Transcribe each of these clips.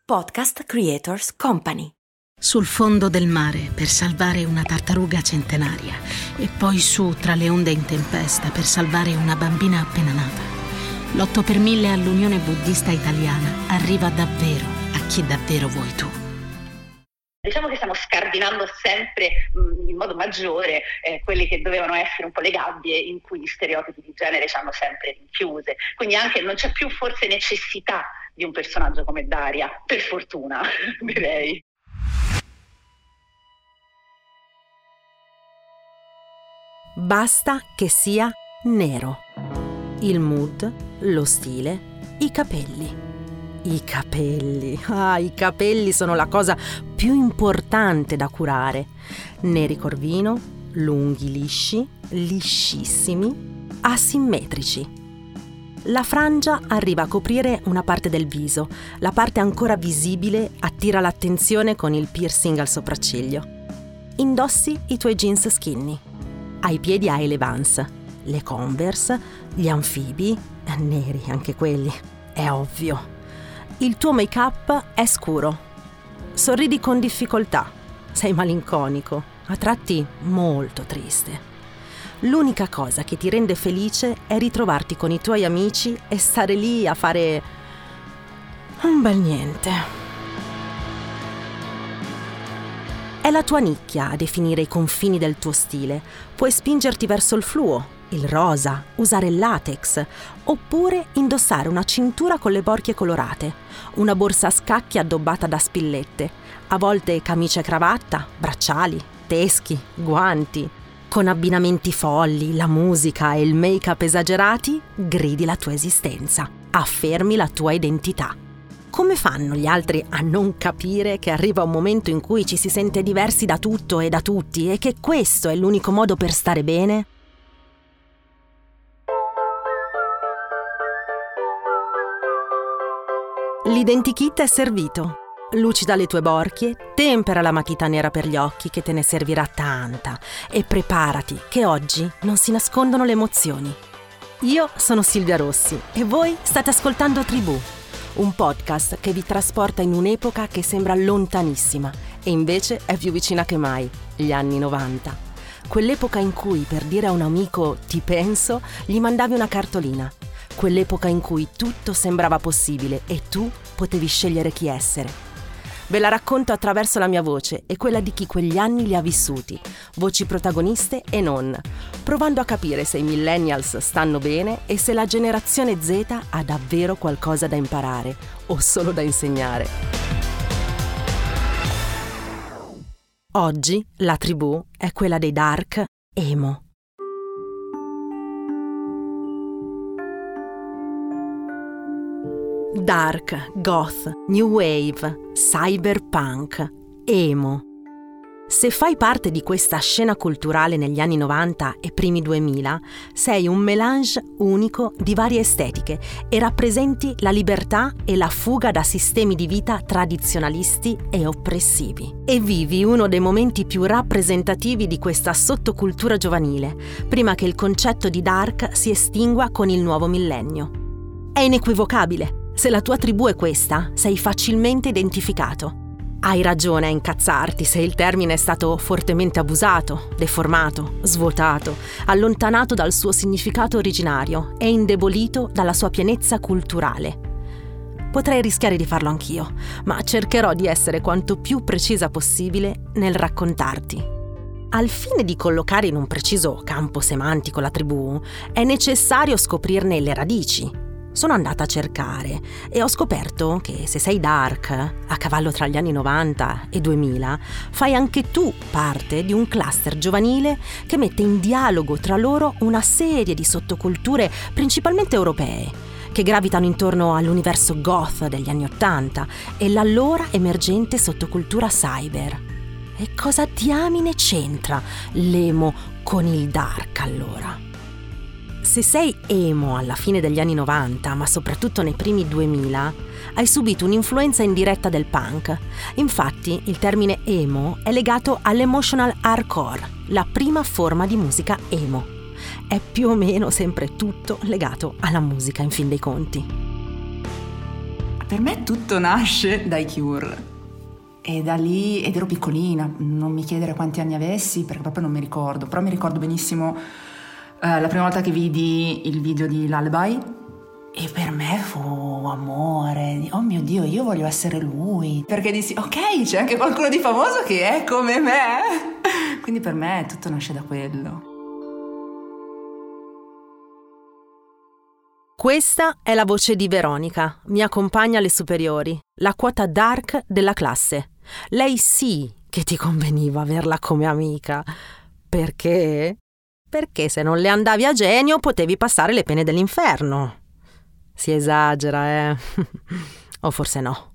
Podcast Creators Company. Sul fondo del mare per salvare una tartaruga centenaria e poi su tra le onde in tempesta per salvare una bambina appena nata. L'8 per 1000 all'Unione Buddista Italiana arriva davvero a chi davvero vuoi tu. Diciamo che stiamo scardinando sempre in modo maggiore quelli che dovevano essere un po' le gabbie in cui gli stereotipi di genere ci hanno sempre rinchiuse. Quindi anche non c'è più forse necessità di un personaggio come Daria, per fortuna, direi. Basta che sia nero. Il mood, lo stile, i capelli. I capelli sono la cosa più importante da curare. Neri corvino, lunghi lisci, liscissimi, asimmetrici. La frangia arriva a coprire una parte del viso, la parte ancora visibile attira l'attenzione con il piercing al sopracciglio. Indossi i tuoi jeans skinny. Ai piedi hai le Vans, le Converse, gli anfibi, neri anche quelli, è ovvio. Il tuo make-up è scuro. Sorridi con difficoltà. Sei malinconico, a tratti molto triste. L'unica cosa che ti rende felice è ritrovarti con i tuoi amici e stare lì a fare un bel niente. È la tua nicchia a definire i confini del tuo stile. Puoi spingerti verso il fluo, il rosa, usare il latex, oppure indossare una cintura con le borchie colorate, una borsa a scacchi addobbata da spillette, a volte camicia e cravatta, bracciali, teschi, guanti. Con abbinamenti folli, la musica e il make-up esagerati, gridi la tua esistenza, affermi la tua identità. Come fanno gli altri a non capire che arriva un momento in cui ci si sente diversi da tutto e da tutti e che questo è l'unico modo per stare bene? L'identikit è servito. Lucida le tue borchie, tempera la matita nera per gli occhi che te ne servirà tanta e preparati che oggi non si nascondono le emozioni. Io sono Silvia Rossi e voi state ascoltando Tribù, un podcast che vi trasporta in un'epoca che sembra lontanissima e invece è più vicina che mai, gli anni 90. Quell'epoca in cui per dire a un amico "ti penso" gli mandavi una cartolina. Quell'epoca in cui tutto sembrava possibile e tu potevi scegliere chi essere. Ve la racconto attraverso la mia voce e quella di chi quegli anni li ha vissuti, voci protagoniste e non, provando a capire se i millennials stanno bene e se la generazione Z ha davvero qualcosa da imparare o solo da insegnare. Oggi la tribù è quella dei dark emo. Dark, goth, new wave, cyberpunk, emo. Se fai parte di questa scena culturale negli anni 90 e primi 2000, sei un mélange unico di varie estetiche e rappresenti la libertà e la fuga da sistemi di vita tradizionalisti e oppressivi. E vivi uno dei momenti più rappresentativi di questa sottocultura giovanile, prima che il concetto di dark si estingua con il nuovo millennio. È inequivocabile. Se la tua tribù è questa, sei facilmente identificato. Hai ragione a incazzarti se il termine è stato fortemente abusato, deformato, svuotato, allontanato dal suo significato originario e indebolito dalla sua pienezza culturale. Potrei rischiare di farlo anch'io, ma cercherò di essere quanto più precisa possibile nel raccontarti. Al fine di collocare in un preciso campo semantico la tribù, è necessario scoprirne le radici. Sono andata a cercare e ho scoperto che se sei dark, a cavallo tra gli anni 90 e 2000, fai anche tu parte di un cluster giovanile che mette in dialogo tra loro una serie di sottoculture principalmente europee, che gravitano intorno all'universo goth degli anni 80 e l'allora emergente sottocultura cyber. E cosa diamine c'entra l'emo con il dark allora? Se sei emo alla fine degli anni 90, ma soprattutto nei primi 2000, hai subito un'influenza indiretta del punk. Infatti, il termine emo è legato all'emotional hardcore, la prima forma di musica emo. È più o meno sempre tutto legato alla musica, in fin dei conti. Per me tutto nasce dai Cure. E da lì, ed ero piccolina, non mi chiedere quanti anni avessi perché proprio non mi ricordo, però mi ricordo benissimo la prima volta che vidi il video di Lullaby e per me fu amore, oh mio Dio, io voglio essere lui, perché dissi ok, c'è anche qualcuno di famoso che è come me, quindi per me tutto nasce da quello. Questa è la voce di Veronica, mia compagna alle superiori, la quota dark della classe. Lei sì che ti conveniva averla come amica. Perché? Perché se non le andavi a genio potevi passare le pene dell'inferno. Si esagera, o forse no.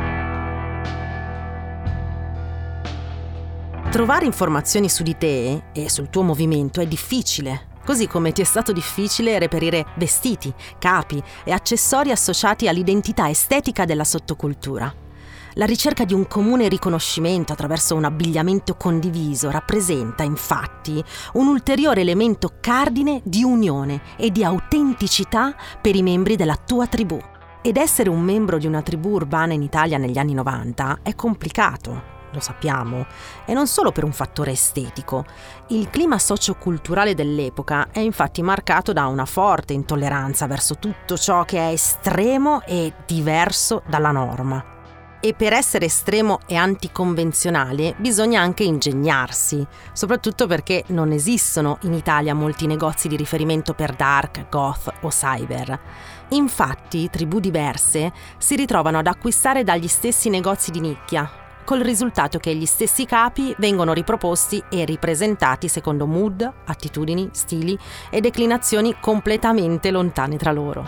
Trovare informazioni su di te e sul tuo movimento è difficile. Così come ti è stato difficile reperire vestiti, capi e accessori associati all'identità estetica della sottocultura. La ricerca di un comune riconoscimento attraverso un abbigliamento condiviso rappresenta, infatti, un ulteriore elemento cardine di unione e di autenticità per i membri della tua tribù. Ed essere un membro di una tribù urbana in Italia negli anni 90 è complicato. Lo sappiamo, e non solo per un fattore estetico. Il clima socioculturale dell'epoca è infatti marcato da una forte intolleranza verso tutto ciò che è estremo e diverso dalla norma. E per essere estremo e anticonvenzionale bisogna anche ingegnarsi, soprattutto perché non esistono in Italia molti negozi di riferimento per dark, goth o cyber. Infatti, tribù diverse si ritrovano ad acquistare dagli stessi negozi di nicchia, col risultato che gli stessi capi vengono riproposti e ripresentati secondo mood, attitudini, stili e declinazioni completamente lontane tra loro.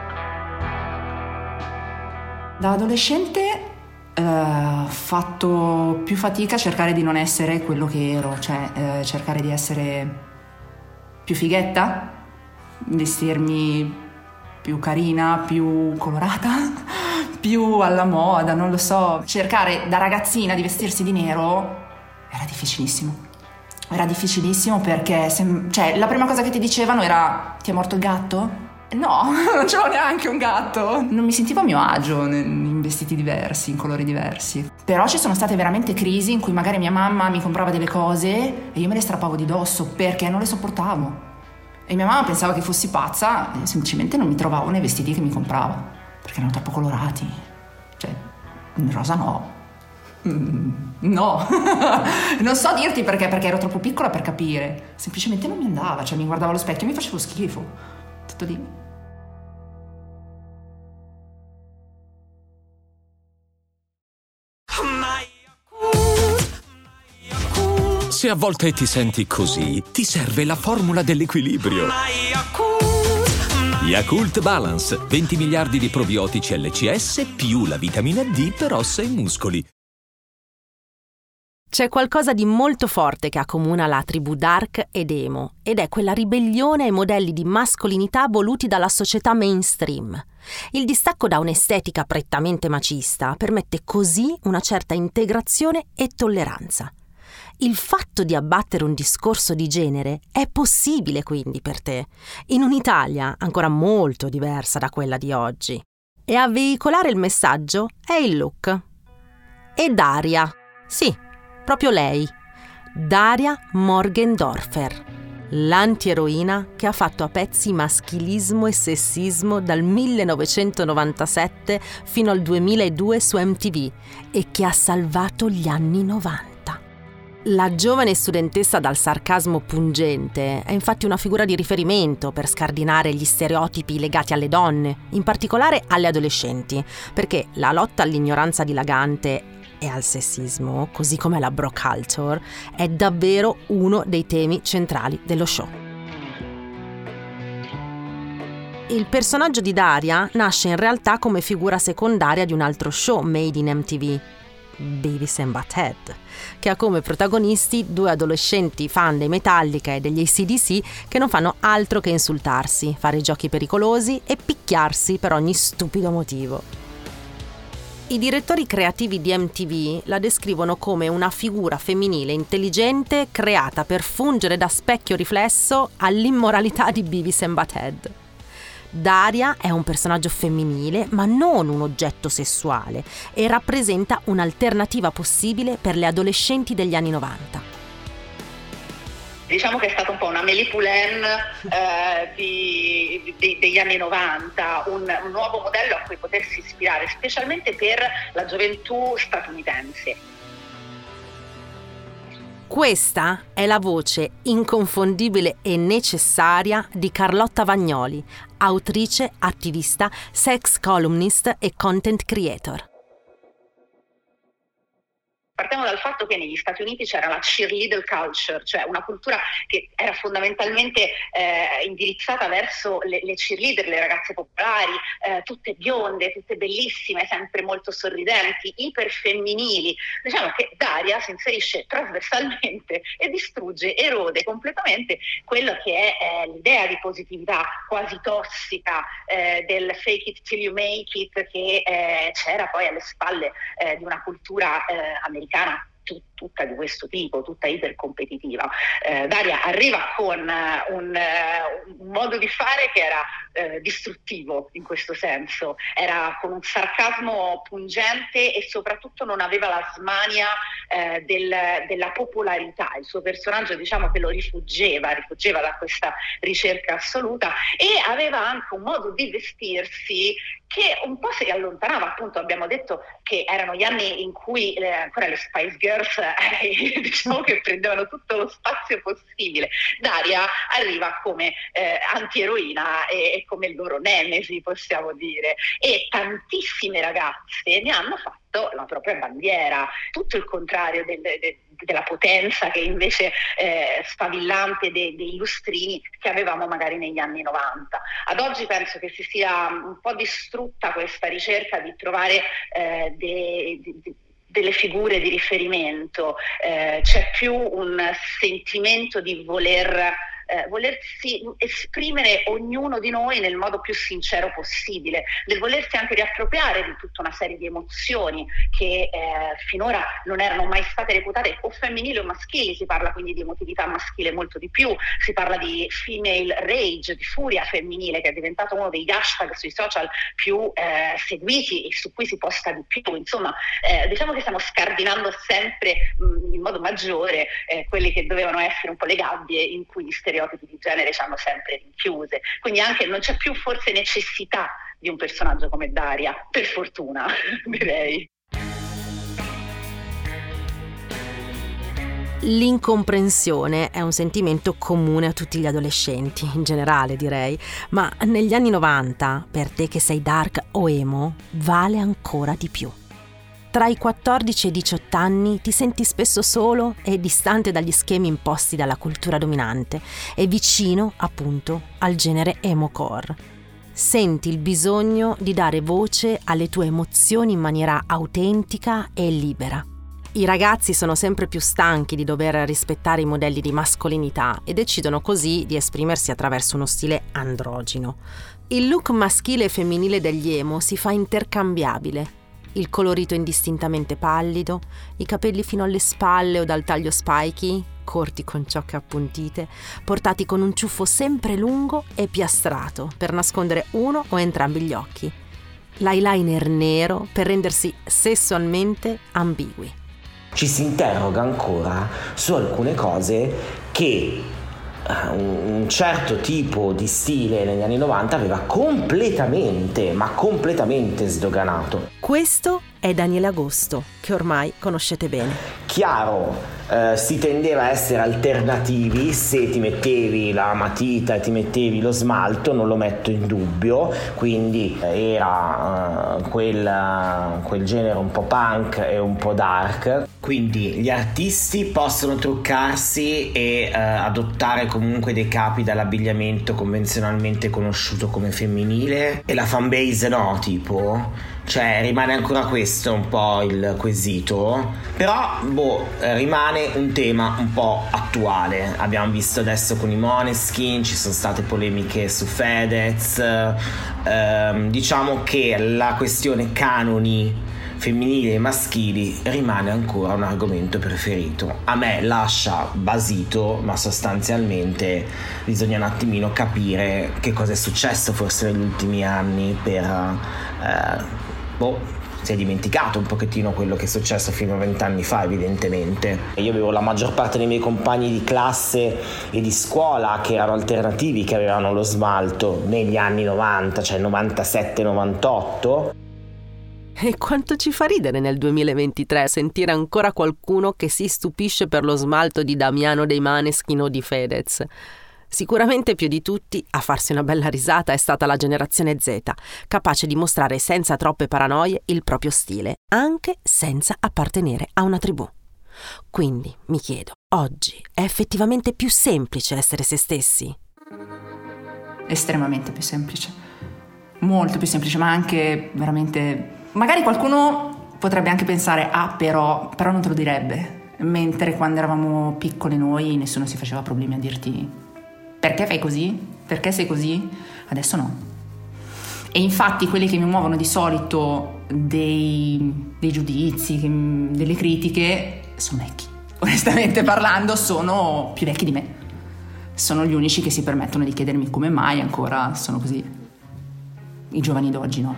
Da adolescente ho fatto più fatica a cercare di non essere quello che ero, cioè cercare di essere più fighetta, vestirmi più carina, più colorata, più alla moda, non lo so. Cercare da ragazzina di vestirsi di nero era difficilissimo. Era difficilissimo perché cioè, la prima cosa che ti dicevano era: ti è morto il gatto? No, non c'avevo neanche un gatto. Non mi sentivo a mio agio in vestiti diversi, in colori diversi. Però ci sono state veramente crisi in cui magari mia mamma mi comprava delle cose e io me le strappavo di dosso perché non le sopportavo. E mia mamma pensava che fossi pazza e semplicemente non mi trovavo nei vestiti che mi comprava perché erano troppo colorati. Cioè, in rosa no. No. Non so dirti perché ero troppo piccola per capire. Semplicemente non mi andava. Cioè, mi guardavo allo specchio e mi facevo schifo. Tutto lì. Se a volte ti senti così, ti serve la formula dell'equilibrio. Yakult Balance, 20 miliardi di probiotici LCS più la vitamina D per ossa e muscoli. C'è qualcosa di molto forte che accomuna la tribù dark ed emo, ed è quella ribellione ai modelli di mascolinità voluti dalla società mainstream. Il distacco da un'estetica prettamente macista permette così una certa integrazione e tolleranza. Il fatto di abbattere un discorso di genere è possibile quindi per te, in un'Italia ancora molto diversa da quella di oggi. E a veicolare il messaggio è il look. E Daria, sì, proprio lei, Daria Morgendorfer, l'antieroina che ha fatto a pezzi maschilismo e sessismo dal 1997 fino al 2002 su MTV e che ha salvato gli anni 90. La giovane studentessa dal sarcasmo pungente è infatti una figura di riferimento per scardinare gli stereotipi legati alle donne, in particolare alle adolescenti, perché la lotta all'ignoranza dilagante e al sessismo, così come la bro culture, è davvero uno dei temi centrali dello show. Il personaggio di Daria nasce in realtà come figura secondaria di un altro show made in MTV, Beavis and Butt-Head, che ha come protagonisti due adolescenti fan dei Metallica e degli AC/DC che non fanno altro che insultarsi, fare giochi pericolosi e picchiarsi per ogni stupido motivo. I direttori creativi di MTV la descrivono come una figura femminile intelligente creata per fungere da specchio riflesso all'immoralità di Beavis and Butt-Head. Daria è un personaggio femminile, ma non un oggetto sessuale, e rappresenta un'alternativa possibile per le adolescenti degli anni 90. Diciamo che è stata un po' una Amélie Poulain degli anni 90, un nuovo modello a cui potersi ispirare, specialmente per la gioventù statunitense. Questa è la voce inconfondibile e necessaria di Carlotta Vagnoli, autrice, attivista, sex columnist e content creator. Partiamo dal fatto che negli Stati Uniti c'era la cheerleader culture, cioè una cultura che era fondamentalmente indirizzata verso le cheerleader, le ragazze popolari, tutte bionde, tutte bellissime, sempre molto sorridenti, iperfemminili. Diciamo che Daria si inserisce trasversalmente e distrugge, erode completamente quello che è l'idea di positività quasi tossica del fake it till you make it che c'era poi alle spalle di una cultura americana tutta di questo tipo, tutta ipercompetitiva. Daria arriva con un modo di fare che era distruttivo in questo senso, era con un sarcasmo pungente e soprattutto non aveva la smania della popolarità. Il suo personaggio, diciamo, che lo rifuggeva da questa ricerca assoluta, e aveva anche un modo di vestirsi che un po' si allontanava. Appunto, abbiamo detto che erano gli anni in cui ancora le Spice Girls diciamo che prendevano tutto lo spazio possibile. Daria arriva come antieroina e come il loro nemesi, possiamo dire, e tantissime ragazze ne hanno fatto la propria bandiera, tutto il contrario della potenza che invece sfavillante dei lustrini che avevamo magari negli anni 90. Ad oggi penso che si sia un po' distrutta questa ricerca di trovare delle figure di riferimento, c'è più un sentimento di volersi esprimere ognuno di noi nel modo più sincero possibile, del volersi anche riappropriare di tutta una serie di emozioni che finora non erano mai state reputate o femminili o maschili. Si parla quindi di emotività maschile molto di più, si parla di female rage, di furia femminile, che è diventato uno degli hashtag sui social più seguiti e su cui si posta di più. Insomma, diciamo che stiamo scardinando sempre in modo maggiore quelli che dovevano essere un po' le gabbie in cui gli stereotipi di genere ci hanno sempre rinchiuse. Quindi anche non c'è più forse necessità di un personaggio come Daria, per fortuna, direi. L'incomprensione è un sentimento comune a tutti gli adolescenti, in generale direi, ma negli anni 90, per te che sei dark o emo, vale ancora di più. Tra i 14 e i 18 anni ti senti spesso solo e distante dagli schemi imposti dalla cultura dominante e vicino, appunto, al genere emo-core. Senti il bisogno di dare voce alle tue emozioni in maniera autentica e libera. I ragazzi sono sempre più stanchi di dover rispettare i modelli di mascolinità e decidono così di esprimersi attraverso uno stile androgino. Il look maschile e femminile degli emo si fa intercambiabile. Il colorito indistintamente pallido, i capelli fino alle spalle o dal taglio spiky, corti con ciocche appuntite, portati con un ciuffo sempre lungo e piastrato per nascondere uno o entrambi gli occhi. L'eyeliner nero per rendersi sessualmente ambigui. Ci si interroga ancora su alcune cose che un certo tipo di stile negli anni 90 aveva completamente sdoganato. Questo è Daniele Agosto, che ormai conoscete bene. Chiaro, si tendeva a essere alternativi. Se ti mettevi la matita e ti mettevi lo smalto, non lo metto in dubbio, quindi era quel genere un po' punk e un po' dark. Quindi gli artisti possono truccarsi e adottare comunque dei capi dall'abbigliamento convenzionalmente conosciuto come femminile, e la fanbase no, tipo. Cioè rimane ancora questo un po' il quesito, però rimane un tema un po' attuale. Abbiamo visto adesso con i Måneskin, ci sono state polemiche su Fedez, diciamo che la questione canoni femminili e maschili rimane ancora un argomento preferito. A me lascia basito, ma sostanzialmente bisogna un attimino capire che cosa è successo forse negli ultimi anni per si è dimenticato un pochettino quello che è successo fino a 20 anni fa, evidentemente. Io avevo la maggior parte dei miei compagni di classe e di scuola che erano alternativi, che avevano lo smalto negli anni 90, cioè 97-98. E quanto ci fa ridere nel 2023 sentire ancora qualcuno che si stupisce per lo smalto di Damiano dei Maneskin o di Fedez. Sicuramente più di tutti a farsi una bella risata è stata la generazione Z, capace di mostrare senza troppe paranoie il proprio stile, anche senza appartenere a una tribù. Quindi mi chiedo, oggi è effettivamente più semplice essere se stessi? Estremamente più semplice, molto più semplice, ma anche veramente... Magari qualcuno potrebbe anche pensare, però non te lo direbbe, mentre quando eravamo piccoli noi nessuno si faceva problemi a dirti perché fai così? Perché sei così? Adesso no. E infatti quelli che mi muovono di solito dei giudizi, delle critiche, sono vecchi. Onestamente parlando, sono più vecchi di me. Sono gli unici che si permettono di chiedermi come mai ancora sono così. I giovani d'oggi no.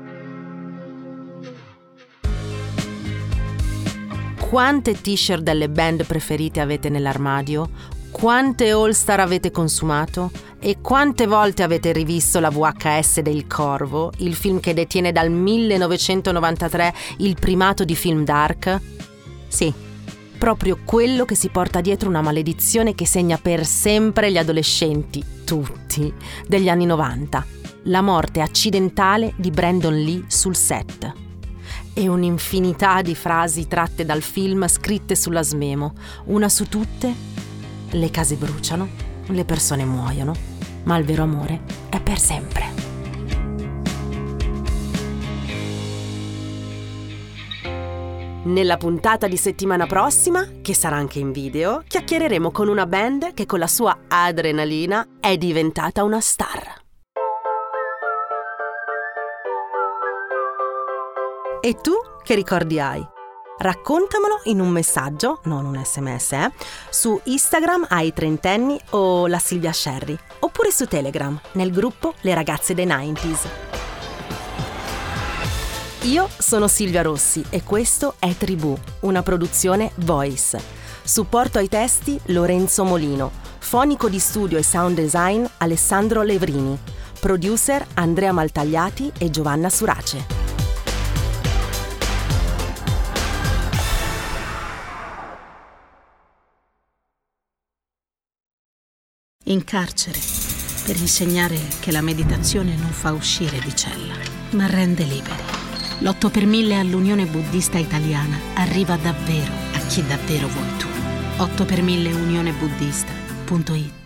Quante t-shirt delle band preferite avete nell'armadio? Quante All-Star avete consumato? E quante volte avete rivisto la VHS del Corvo, il film che detiene dal 1993 il primato di film dark? Sì, proprio quello che si porta dietro una maledizione che segna per sempre gli adolescenti, tutti, degli anni 90. La morte accidentale di Brandon Lee sul set. E un'infinità di frasi tratte dal film scritte sulla smemo, una su tutte: le case bruciano, le persone muoiono, ma il vero amore è per sempre. Nella puntata di settimana prossima, che sarà anche in video, chiacchiereremo con una band che con la sua adrenalina è diventata una star. E tu che ricordi hai? Raccontamelo in un messaggio, non un sms, su Instagram ai trentenni o la Silvia Sherry, oppure su Telegram nel gruppo Le Ragazze dei 90s. Io sono Silvia Rossi e questo è Tribù, una produzione Voice. Supporto ai testi Lorenzo Molino, fonico di studio e sound design Alessandro Levrini, producer Andrea Maltagliati e Giovanna Surace. In carcere, per insegnare che la meditazione non fa uscire di cella, ma rende liberi. L'8 per 1000 all'Unione Buddista Italiana arriva davvero a chi davvero vuoi tu. 8 per 1000 unionebuddista.it